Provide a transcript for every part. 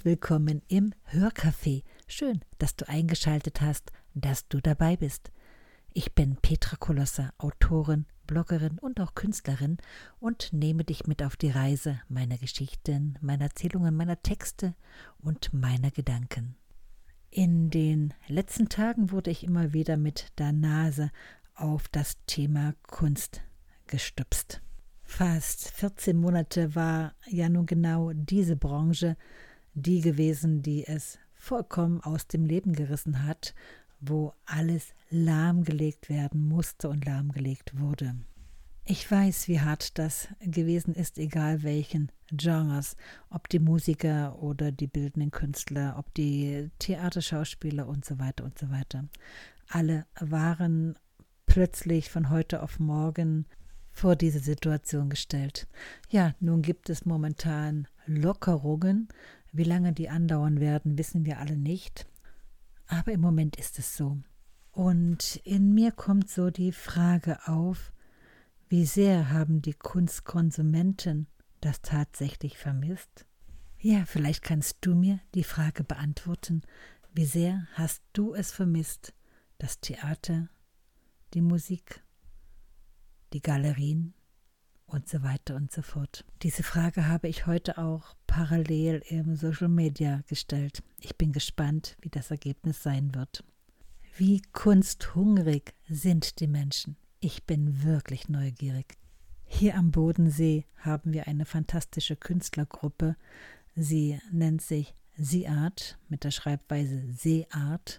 willkommen im Hörcafé. Schön, dass du eingeschaltet hast, dass du dabei bist. Ich bin Petra Kolosser, Autorin, Bloggerin und auch Künstlerin und nehme dich mit auf die Reise meiner Geschichten, meiner Erzählungen, meiner Texte und meiner Gedanken. In den letzten Tagen wurde ich immer wieder mit der Nase auf das Thema Kunst gestupst. Fast 14 Monate war ja nun genau diese Branche die gewesen, die es vollkommen aus dem Leben gerissen hat, wo alles lahmgelegt werden musste und lahmgelegt wurde. Ich weiß, wie hart das gewesen ist, egal welchen Genres, ob die Musiker oder die bildenden Künstler, ob die Theaterschauspieler und so weiter und so weiter. Alle waren plötzlich von heute auf morgen vor diese Situation gestellt. Ja, nun gibt es momentan Lockerungen. Wie lange die andauern werden, wissen wir alle nicht. Aber im Moment ist es so. Und in mir kommt so die Frage auf, wie sehr haben die Kunstkonsumenten das tatsächlich vermisst? Ja, vielleicht kannst du mir die Frage beantworten. Wie sehr hast du es vermisst, das Theater, die Musik, die Galerien und so weiter und so fort. Diese Frage habe ich heute auch parallel im Social Media gestellt. Ich bin gespannt, wie das Ergebnis sein wird. Wie kunsthungrig sind die Menschen? Ich bin wirklich neugierig. Hier am Bodensee haben wir eine fantastische Künstlergruppe. Sie nennt sich Seeart mit der Schreibweise Seeart.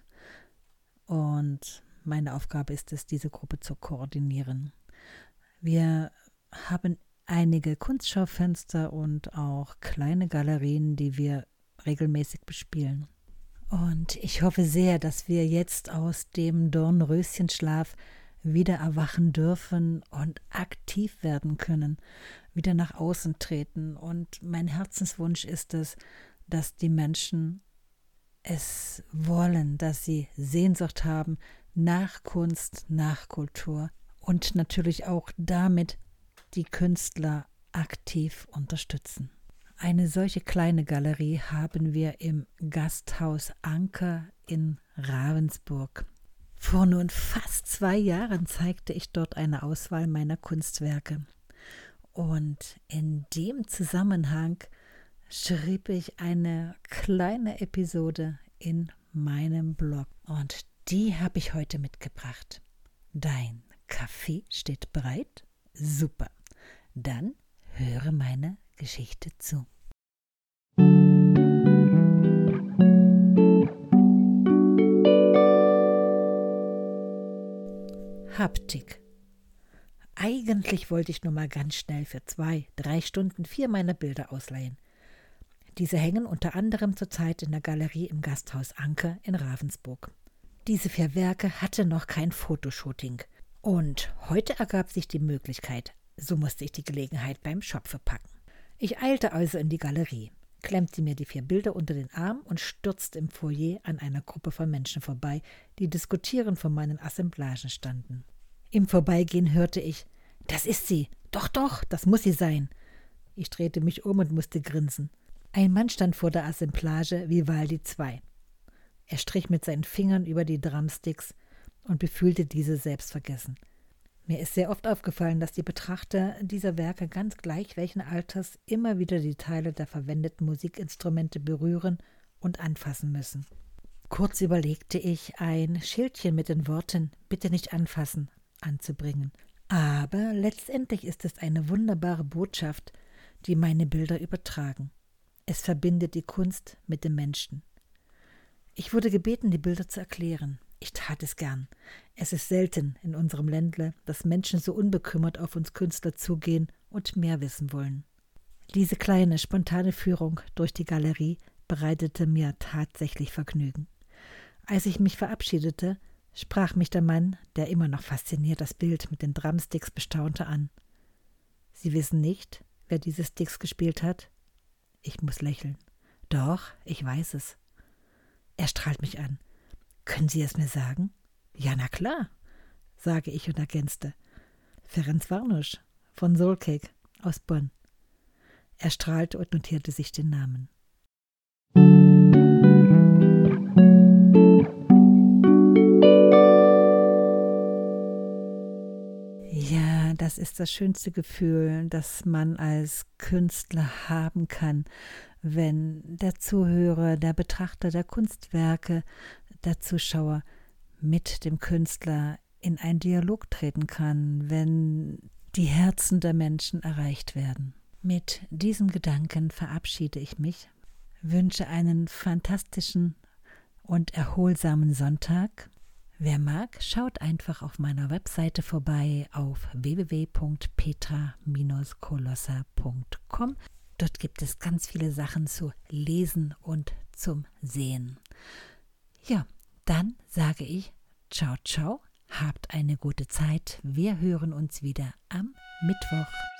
Und meine Aufgabe ist es, diese Gruppe zu koordinieren. Wir haben einige Kunstschaufenster und auch kleine Galerien, die wir regelmäßig bespielen. Und ich hoffe sehr, dass wir jetzt aus dem Dornröschenschlaf wieder erwachen dürfen und aktiv werden können, wieder nach außen treten. Und mein Herzenswunsch ist es, dass die Menschen es wollen, dass sie Sehnsucht haben nach Kunst, nach Kultur und natürlich auch damit die Künstler aktiv unterstützen. Eine solche kleine Galerie haben wir im Gasthaus Anker in Ravensburg. Vor nun fast 2 Jahren zeigte ich dort eine Auswahl meiner Kunstwerke. Und in dem Zusammenhang schrieb ich eine kleine Episode in meinem Blog. Und die habe ich heute mitgebracht. Dein Kaffee steht bereit? Super. Dann höre meine Geschichte zu. Haptik. Eigentlich wollte ich nur mal ganz schnell für 2-3 Stunden 4 meiner Bilder ausleihen. Diese hängen unter anderem zurzeit in der Galerie im Gasthaus Anker in Ravensburg. Diese 4 Werke hatte noch kein Fotoshooting. Und heute ergab sich die Möglichkeit. So musste ich die Gelegenheit beim Schopfe packen. Ich eilte also in die Galerie, klemmte mir die 4 Bilder unter den Arm und stürzte im Foyer an einer Gruppe von Menschen vorbei, die diskutierend vor meinen Assemblagen standen. Im Vorbeigehen hörte ich: »Das ist sie! Doch, doch, das muss sie sein!« Ich drehte mich um und musste grinsen. Ein Mann stand vor der Assemblage Vivaldi II. Er strich mit seinen Fingern über die Drumsticks und befühlte diese selbstvergessen. Mir ist sehr oft aufgefallen, dass die Betrachter dieser Werke ganz gleich welchen Alters immer wieder die Teile der verwendeten Musikinstrumente berühren und anfassen müssen. Kurz überlegte ich, ein Schildchen mit den Worten »Bitte nicht anfassen« anzubringen. Aber letztendlich ist es eine wunderbare Botschaft, die meine Bilder übertragen. Es verbindet die Kunst mit dem Menschen. Ich wurde gebeten, die Bilder zu erklären. Ich tat es gern. Es ist selten in unserem Ländle, dass Menschen so unbekümmert auf uns Künstler zugehen und mehr wissen wollen. Diese kleine, spontane Führung durch die Galerie bereitete mir tatsächlich Vergnügen. Als ich mich verabschiedete, sprach mich der Mann, der immer noch fasziniert das Bild mit den Drumsticks bestaunte, an. »Sie wissen nicht, wer diese Sticks gespielt hat?« Ich muss lächeln. »Doch, ich weiß es.« Er strahlt mich an. »Können Sie es mir sagen?« »Ja, na klar«, sage ich und ergänzte. »Ferenc Varnusch von Soulcake aus Bonn.« Er strahlte und notierte sich den Namen. das ist das schönste Gefühl, das man als Künstler haben kann, wenn der Zuhörer, der Betrachter der Kunstwerke, der Zuschauer mit dem Künstler in einen Dialog treten kann, wenn die Herzen der Menschen erreicht werden. Mit diesem Gedanken verabschiede ich mich, wünsche einen fantastischen und erholsamen Sonntag. Wer mag, schaut einfach auf meiner Webseite vorbei auf www.petra-kolossa.com. Dort gibt es ganz viele Sachen zu lesen und zum Sehen. Ja, dann sage ich ciao, ciao, habt eine gute Zeit. Wir hören uns wieder am Mittwoch.